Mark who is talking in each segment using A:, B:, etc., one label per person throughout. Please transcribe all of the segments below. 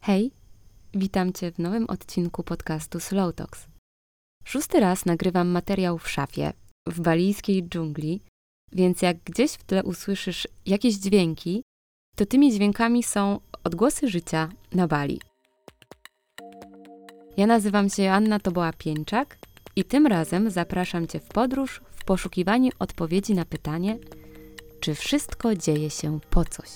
A: Hej, witam Cię w nowym odcinku podcastu Slow Talks. 6. raz nagrywam materiał w szafie, w balijskiej dżungli, więc jak gdzieś w tle usłyszysz jakieś dźwięki, to tymi dźwiękami są odgłosy życia na Bali. Ja nazywam się Joanna Toboła-Pieńczak i tym razem zapraszam Cię w podróż w poszukiwaniu odpowiedzi na pytanie, czy wszystko dzieje się po coś.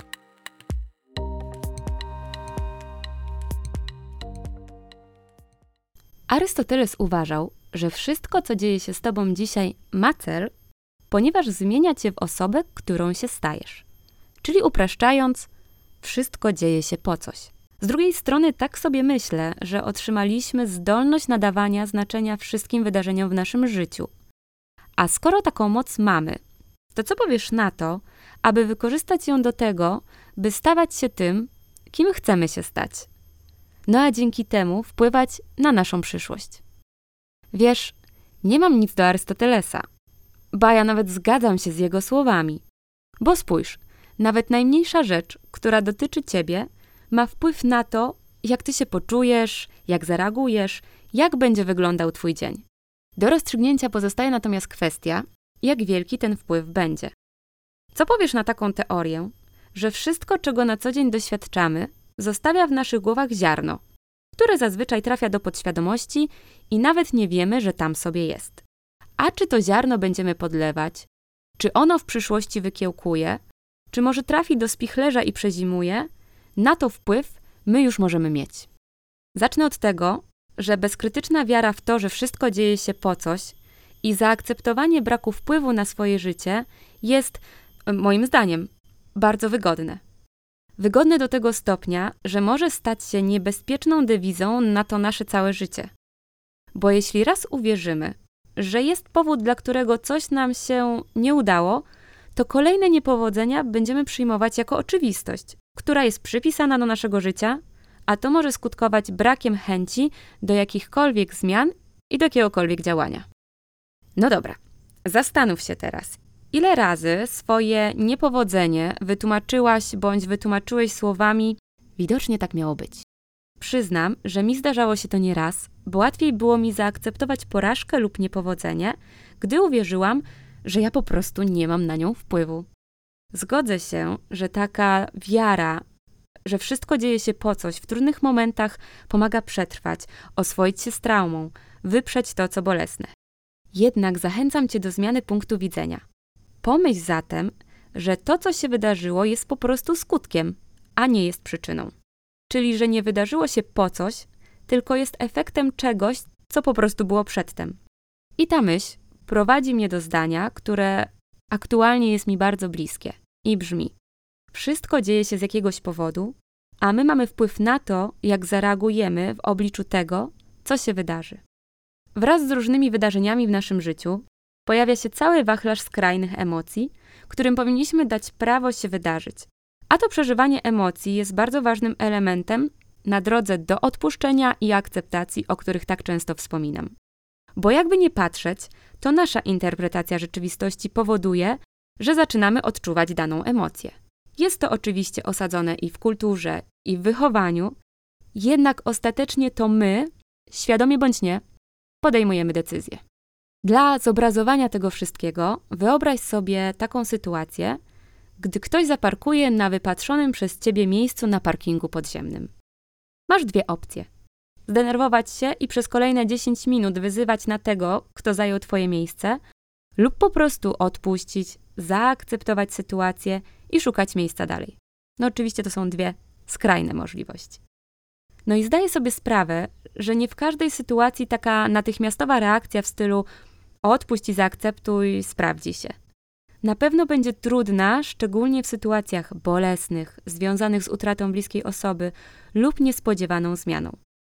A: Arystoteles uważał, że wszystko, co dzieje się z Tobą dzisiaj, ma cel, ponieważ zmienia Cię w osobę, którą się stajesz. Czyli upraszczając, wszystko dzieje się po coś. Z drugiej strony tak sobie myślę, że otrzymaliśmy zdolność nadawania znaczenia wszystkim wydarzeniom w naszym życiu. A skoro taką moc mamy, to co powiesz na to, aby wykorzystać ją do tego, by stawać się tym, kim chcemy się stać? No a dzięki temu wpływać na naszą przyszłość. Wiesz, nie mam nic do Arystotelesa, ba ja nawet zgadzam się z jego słowami. Bo spójrz, nawet najmniejsza rzecz, która dotyczy ciebie, ma wpływ na to, jak ty się poczujesz, jak zareagujesz, jak będzie wyglądał twój dzień. Do rozstrzygnięcia pozostaje natomiast kwestia, jak wielki ten wpływ będzie. Co powiesz na taką teorię, że wszystko, czego na co dzień doświadczamy, zostawia w naszych głowach ziarno, które zazwyczaj trafia do podświadomości i nawet nie wiemy, że tam sobie jest. A czy to ziarno będziemy podlewać? Czy ono w przyszłości wykiełkuje? Czy może trafi do spichlerza i przezimuje? Na to wpływ my już możemy mieć. Zacznę od tego, że bezkrytyczna wiara w to, że wszystko dzieje się po coś i zaakceptowanie braku wpływu na swoje życie jest, moim zdaniem, bardzo wygodne. Wygodne do tego stopnia, że może stać się niebezpieczną dewizą na to nasze całe życie. Bo jeśli raz uwierzymy, że jest powód, dla którego coś nam się nie udało, to kolejne niepowodzenia będziemy przyjmować jako oczywistość, która jest przypisana do naszego życia, a to może skutkować brakiem chęci do jakichkolwiek zmian i do jakiegokolwiek działania. No dobra, zastanów się teraz. Ile razy swoje niepowodzenie wytłumaczyłaś bądź wytłumaczyłeś słowami widocznie tak miało być? Przyznam, że mi zdarzało się to nieraz, bo łatwiej było mi zaakceptować porażkę lub niepowodzenie, gdy uwierzyłam, że ja po prostu nie mam na nią wpływu. Zgodzę się, że taka wiara, że wszystko dzieje się po coś, w trudnych momentach pomaga przetrwać, oswoić się z traumą, wyprzeć to, co bolesne. Jednak zachęcam Cię do zmiany punktu widzenia. Pomyśl zatem, że to, co się wydarzyło, jest po prostu skutkiem, a nie jest przyczyną. Czyli, że nie wydarzyło się po coś, tylko jest efektem czegoś, co po prostu było przedtem. I ta myśl prowadzi mnie do zdania, które aktualnie jest mi bardzo bliskie i brzmi: wszystko dzieje się z jakiegoś powodu, a my mamy wpływ na to, jak zareagujemy w obliczu tego, co się wydarzy. Wraz z różnymi wydarzeniami w naszym życiu pojawia się cały wachlarz skrajnych emocji, którym powinniśmy dać prawo się wydarzyć. A to przeżywanie emocji jest bardzo ważnym elementem na drodze do odpuszczenia i akceptacji, o których tak często wspominam. Bo jakby nie patrzeć, to nasza interpretacja rzeczywistości powoduje, że zaczynamy odczuwać daną emocję. Jest to oczywiście osadzone i w kulturze, i w wychowaniu, jednak ostatecznie to my, świadomie bądź nie, podejmujemy decyzje. Dla zobrazowania tego wszystkiego wyobraź sobie taką sytuację, gdy ktoś zaparkuje na wypatrzonym przez Ciebie miejscu na parkingu podziemnym. Masz dwie opcje. Zdenerwować się i przez kolejne 10 minut wyzywać na tego, kto zajął Twoje miejsce, lub po prostu odpuścić, zaakceptować sytuację i szukać miejsca dalej. No oczywiście to są dwie skrajne możliwości. No i zdaję sobie sprawę, że nie w każdej sytuacji taka natychmiastowa reakcja w stylu odpuść i zaakceptuj sprawdzi się. Na pewno będzie trudna, szczególnie w sytuacjach bolesnych, związanych z utratą bliskiej osoby lub niespodziewaną zmianą.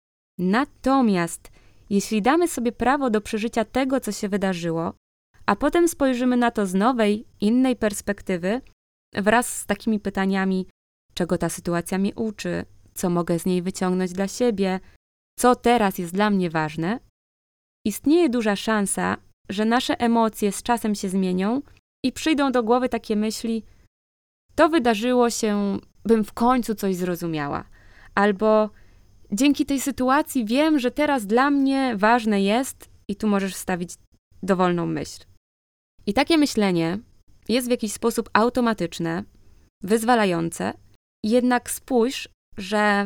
A: Natomiast jeśli damy sobie prawo do przeżycia tego, co się wydarzyło, a potem spojrzymy na to z nowej, innej perspektywy, wraz z takimi pytaniami, czego ta sytuacja mnie uczy, co mogę z niej wyciągnąć dla siebie, co teraz jest dla mnie ważne, istnieje duża szansa, że nasze emocje z czasem się zmienią i przyjdą do głowy takie myśli: to wydarzyło się, bym w końcu coś zrozumiała, Albo dzięki tej sytuacji wiem, że teraz dla mnie ważne jest i tu możesz wstawić dowolną myśl. I takie myślenie jest w jakiś sposób automatyczne, wyzwalające, jednak spójrz, że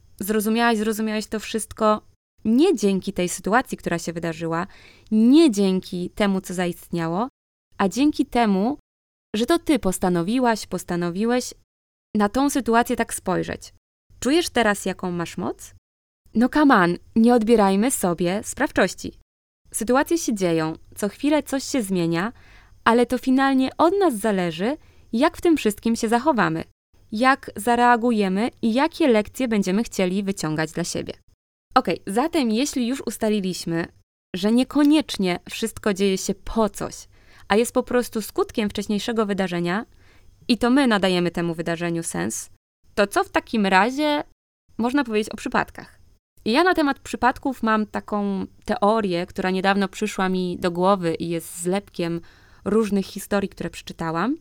A: zrozumiałeś to wszystko nie dzięki tej sytuacji, która się wydarzyła, nie dzięki temu, co zaistniało, a dzięki temu, że to ty postanowiłeś na tą sytuację tak spojrzeć. Czujesz teraz, jaką masz moc? No come on, nie odbierajmy sobie sprawczości. Sytuacje się dzieją, co chwilę coś się zmienia, ale to finalnie od nas zależy, jak w tym wszystkim się zachowamy, jak zareagujemy i jakie lekcje będziemy chcieli wyciągać dla siebie. Okej, zatem jeśli już ustaliliśmy, że niekoniecznie wszystko dzieje się po coś, a jest po prostu skutkiem wcześniejszego wydarzenia i to my nadajemy temu wydarzeniu sens, to co w takim razie można powiedzieć o przypadkach? I ja na temat przypadków mam taką teorię, która niedawno przyszła mi do głowy i jest zlepkiem różnych historii, które przeczytałam.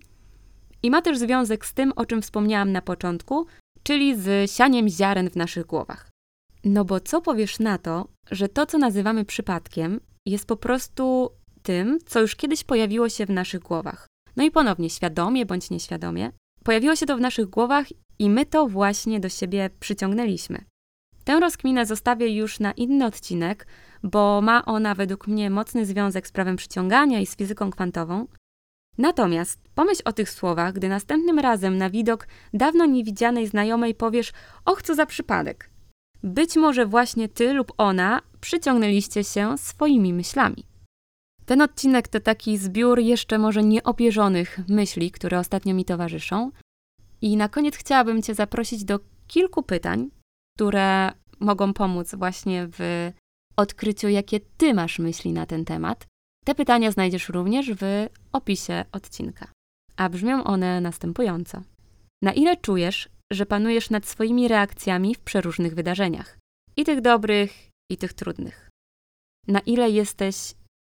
A: I ma też związek z tym, o czym wspomniałam na początku, czyli z sianiem ziaren w naszych głowach. No bo co powiesz na to, że to, co nazywamy przypadkiem, jest po prostu tym, co już kiedyś pojawiło się w naszych głowach. No i ponownie, świadomie bądź nieświadomie, pojawiło się to w naszych głowach i my to właśnie do siebie przyciągnęliśmy. Tę rozkminę zostawię już na inny odcinek, bo ma ona według mnie mocny związek z prawem przyciągania i z fizyką kwantową. Natomiast pomyśl o tych słowach, gdy następnym razem na widok dawno niewidzianej znajomej powiesz: och, co za przypadek. Być może właśnie ty lub ona przyciągnęliście się swoimi myślami. Ten odcinek to taki zbiór jeszcze może nieobierzonych myśli, które ostatnio mi towarzyszą. I na koniec chciałabym cię zaprosić do kilku pytań, które mogą pomóc właśnie w odkryciu, jakie ty masz myśli na ten temat. Te pytania znajdziesz również w opisie odcinka. A brzmią one następująco. Na ile czujesz, że panujesz nad swoimi reakcjami w przeróżnych wydarzeniach? I tych dobrych, i tych trudnych. Na ile jesteś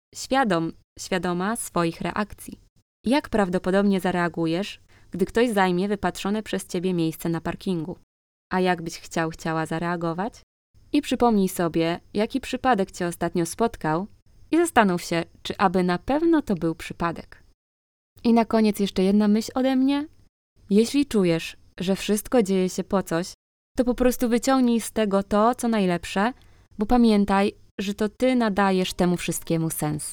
A: świadoma swoich reakcji? Jak prawdopodobnie zareagujesz, gdy ktoś zajmie wypatrzone przez ciebie miejsce na parkingu? A jak byś chciała zareagować? I przypomnij sobie, jaki przypadek cię ostatnio spotkał i zastanów się, czy aby na pewno to był przypadek. I na koniec jeszcze jedna myśl ode mnie. Jeśli czujesz, że wszystko dzieje się po coś, to po prostu wyciągnij z tego to, co najlepsze, bo pamiętaj, że to ty nadajesz temu wszystkiemu sens.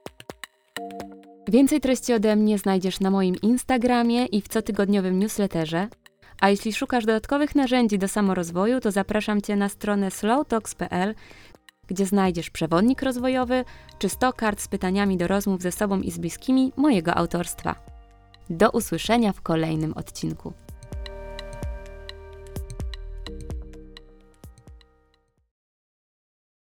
A: Więcej treści ode mnie znajdziesz na moim Instagramie i w cotygodniowym newsletterze. A jeśli szukasz dodatkowych narzędzi do samorozwoju, to zapraszam cię na stronę slowtalks.pl, gdzie znajdziesz przewodnik rozwojowy czy 100 kart z pytaniami do rozmów ze sobą i z bliskimi mojego autorstwa. Do usłyszenia w kolejnym odcinku.